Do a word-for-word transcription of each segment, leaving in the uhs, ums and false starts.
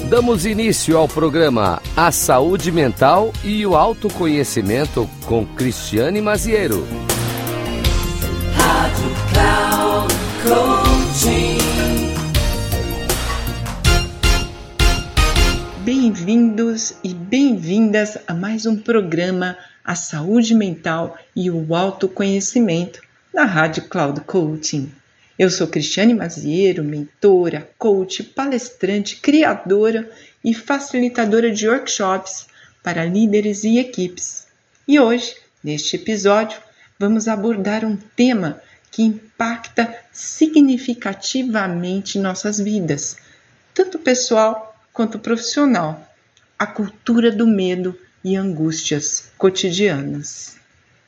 Damos início ao programa A Saúde Mental e o Autoconhecimento com Cristiane Maziero. Rádio Cloud Coaching. Bem-vindos e bem-vindas a mais um programa A Saúde Mental e o Autoconhecimento na Rádio Cloud Coaching. Eu sou Cristiane Maziero, mentora, coach, palestrante, criadora e facilitadora de workshops para líderes e equipes. E hoje, neste episódio, vamos abordar um tema que impacta significativamente nossas vidas, tanto pessoal quanto profissional: a cultura do medo e angústias cotidianas.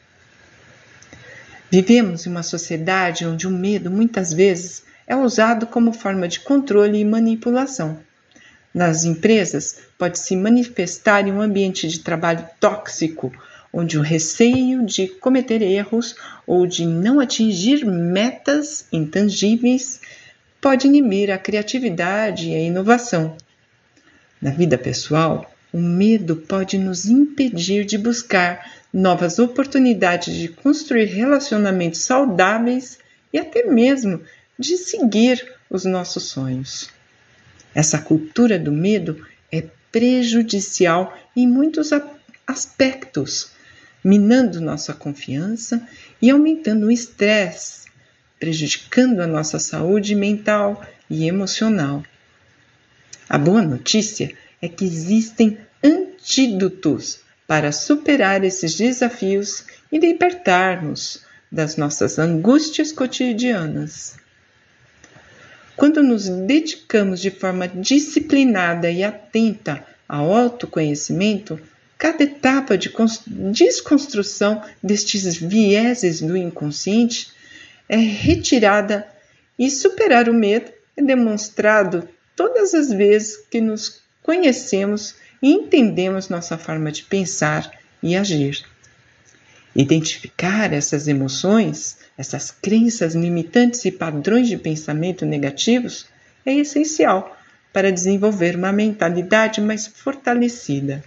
Vivemos em uma sociedade onde o medo muitas vezes é usado como forma de controle e manipulação. Nas empresas, pode se manifestar em um ambiente de trabalho tóxico, onde o receio de cometer erros ou de não atingir metas intangíveis pode inibir a criatividade e a inovação. Na vida pessoal, o medo pode nos impedir de buscar novas oportunidades de construir relacionamentos saudáveis e até mesmo de seguir os nossos sonhos. Essa cultura do medo é prejudicial em muitos aspectos, minando nossa confiança e aumentando o estresse, prejudicando a nossa saúde mental e emocional. A boa notícia é que existem antídotos para superar esses desafios e libertar-nos das nossas angústias cotidianas. Quando nos dedicamos de forma disciplinada e atenta ao autoconhecimento, cada etapa de desconstrução destes vieses do inconsciente é retirada e superar o medo é demonstrado todas as vezes que nos conhecemos e entendemos nossa forma de pensar e agir. Identificar essas emoções, essas crenças limitantes e padrões de pensamento negativos é essencial para desenvolver uma mentalidade mais fortalecida.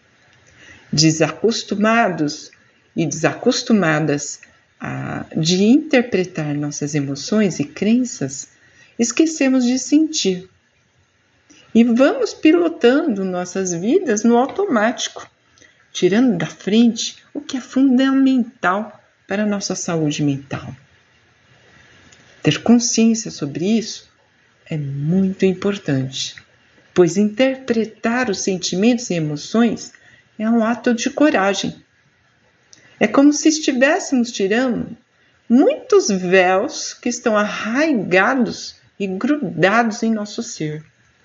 Desacostumados e desacostumadas a, de interpretar nossas emoções e crenças, esquecemos de sentir. E vamos pilotando nossas vidas no automático, tirando da frente o que é fundamental para a nossa saúde mental. Ter consciência sobre isso é muito importante, pois interpretar os sentimentos e emoções é um ato de coragem. É como se estivéssemos tirando muitos véus que estão arraigados e grudados em nosso ser.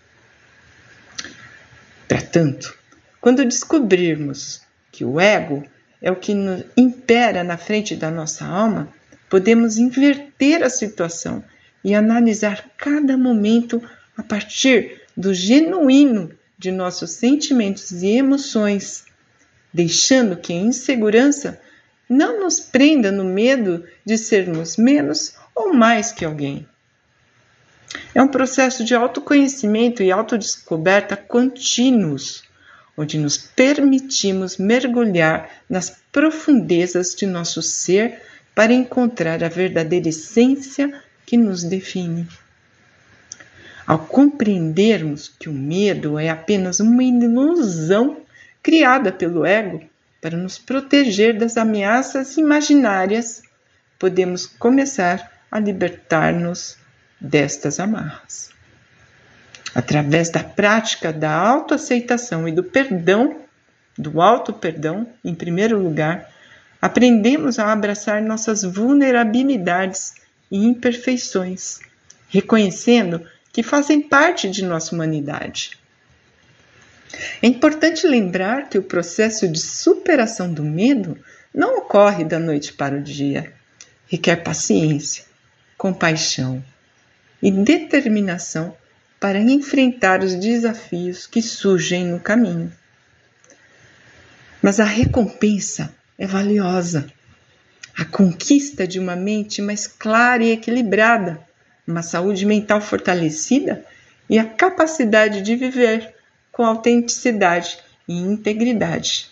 Portanto, quando descobrirmos que o ego é o que nos impera na frente da nossa alma, podemos inverter a situação e analisar cada momento a partir do genuíno de nossos sentimentos e emoções, deixando que a insegurança não nos prenda no medo de sermos menos ou mais que alguém. É um processo de autoconhecimento e autodescoberta contínuos, onde nos permitimos mergulhar nas profundezas de nosso ser para encontrar a verdadeira essência que nos define. Ao compreendermos que o medo é apenas uma ilusão criada pelo ego para nos proteger das ameaças imaginárias, podemos começar a libertar-nos destas amarras. Através da prática da autoaceitação e do perdão, do auto-perdão, em primeiro lugar, aprendemos a abraçar nossas vulnerabilidades e imperfeições, reconhecendo que fazem parte de nossa humanidade. É importante lembrar que o processo de superação do medo não ocorre da noite para o dia. Requer paciência, compaixão e determinação para enfrentar os desafios que surgem no caminho. Mas a recompensa é valiosa. A conquista de uma mente mais clara e equilibrada, uma saúde mental fortalecida e a capacidade de viver com autenticidade e integridade.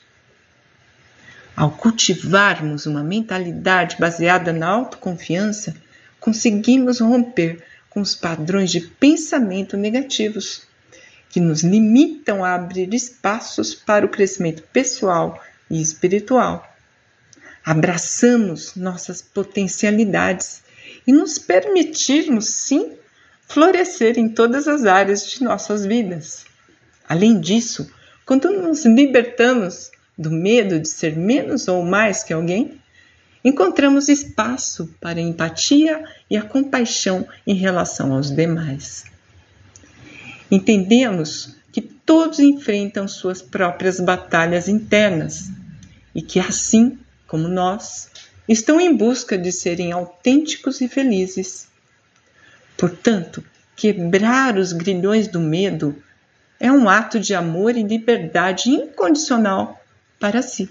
Ao cultivarmos uma mentalidade baseada na autoconfiança, conseguimos romper com os padrões de pensamento negativos, que nos limitam a abrir espaços para o crescimento pessoal e espiritual. Abraçamos nossas potencialidades e nos permitirmos, sim, florescer em todas as áreas de nossas vidas. Além disso, quando nos libertamos do medo de ser menos ou mais que alguém, encontramos espaço para a empatia e a compaixão em relação aos demais. Entendemos que todos enfrentam suas próprias batalhas internas e que, assim como nós, estão em busca de serem autênticos e felizes. Portanto, quebrar os grilhões do medo é um ato de amor e liberdade incondicional para si.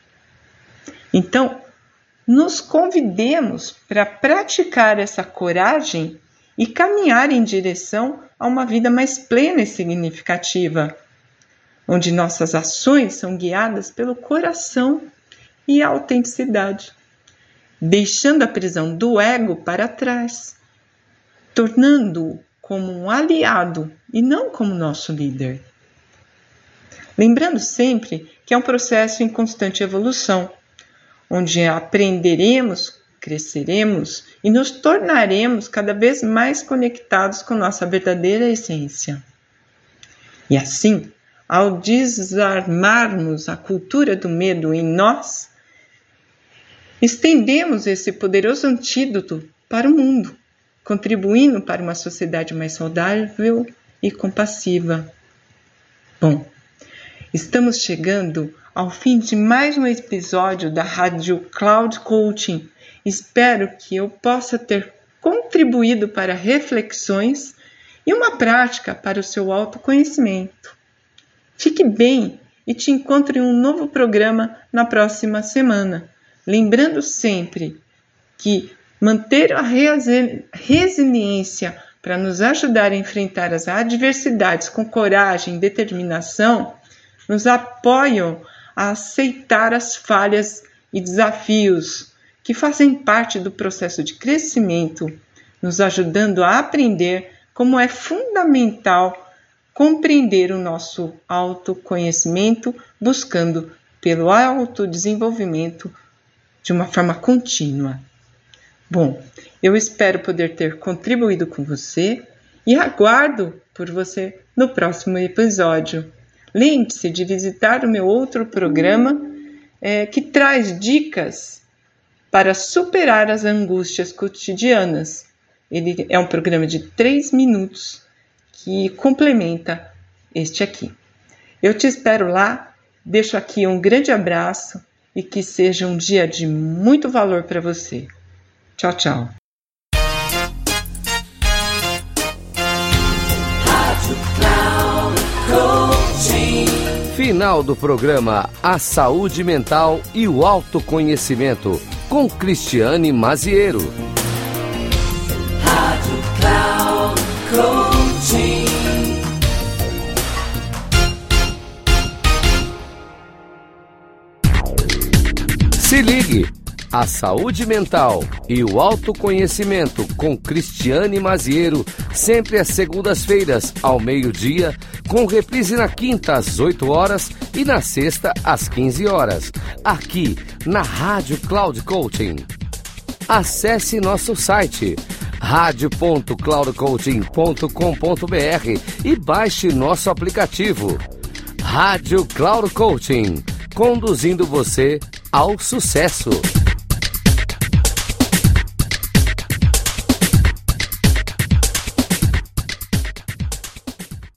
Então, nos convidemos para praticar essa coragem e caminhar em direção a uma vida mais plena e significativa, onde nossas ações são guiadas pelo coração e a autenticidade, deixando a prisão do ego para trás, tornando-o como um aliado e não como nosso líder. Lembrando sempre que é um processo em constante evolução, onde aprenderemos, cresceremos e nos tornaremos cada vez mais conectados com nossa verdadeira essência. E assim, ao desarmarmos a cultura do medo em nós, estendemos esse poderoso antídoto para o mundo, contribuindo para uma sociedade mais saudável e compassiva. Bom, estamos chegando ao fim de mais um episódio da Rádio Cloud Coaching. Espero que eu possa ter contribuído para reflexões e uma prática para o seu autoconhecimento. Fique bem e te encontro em um novo programa na próxima semana. Lembrando sempre que manter a resiliência para nos ajudar a enfrentar as adversidades com coragem e determinação nos apoiam a aceitar as falhas e desafios que fazem parte do processo de crescimento, nos ajudando a aprender como é fundamental compreender o nosso autoconhecimento, buscando pelo autodesenvolvimento de uma forma contínua. Bom, eu espero poder ter contribuído com você e aguardo por você no próximo episódio. Lembre-se de visitar o meu outro programa é, que traz dicas para superar as angústias cotidianas. Ele é um programa de três minutos que complementa este aqui. Eu te espero lá, deixo aqui um grande abraço e que seja um dia de muito valor para você. Tchau, tchau. Final do programa A Saúde Mental e o Autoconhecimento, com Cristiane Maziero. Rádio Cloud Coaching. Se ligue! A Saúde Mental e o Autoconhecimento com Cristiane Maziero, sempre às segundas-feiras, ao meio-dia, com reprise na quinta às oito horas e na sexta às quinze horas, aqui na Rádio Cloud Coaching. Acesse nosso site rádio ponto cloud coaching ponto com ponto b r e baixe nosso aplicativo. Rádio Cloud Coaching, conduzindo você ao sucesso.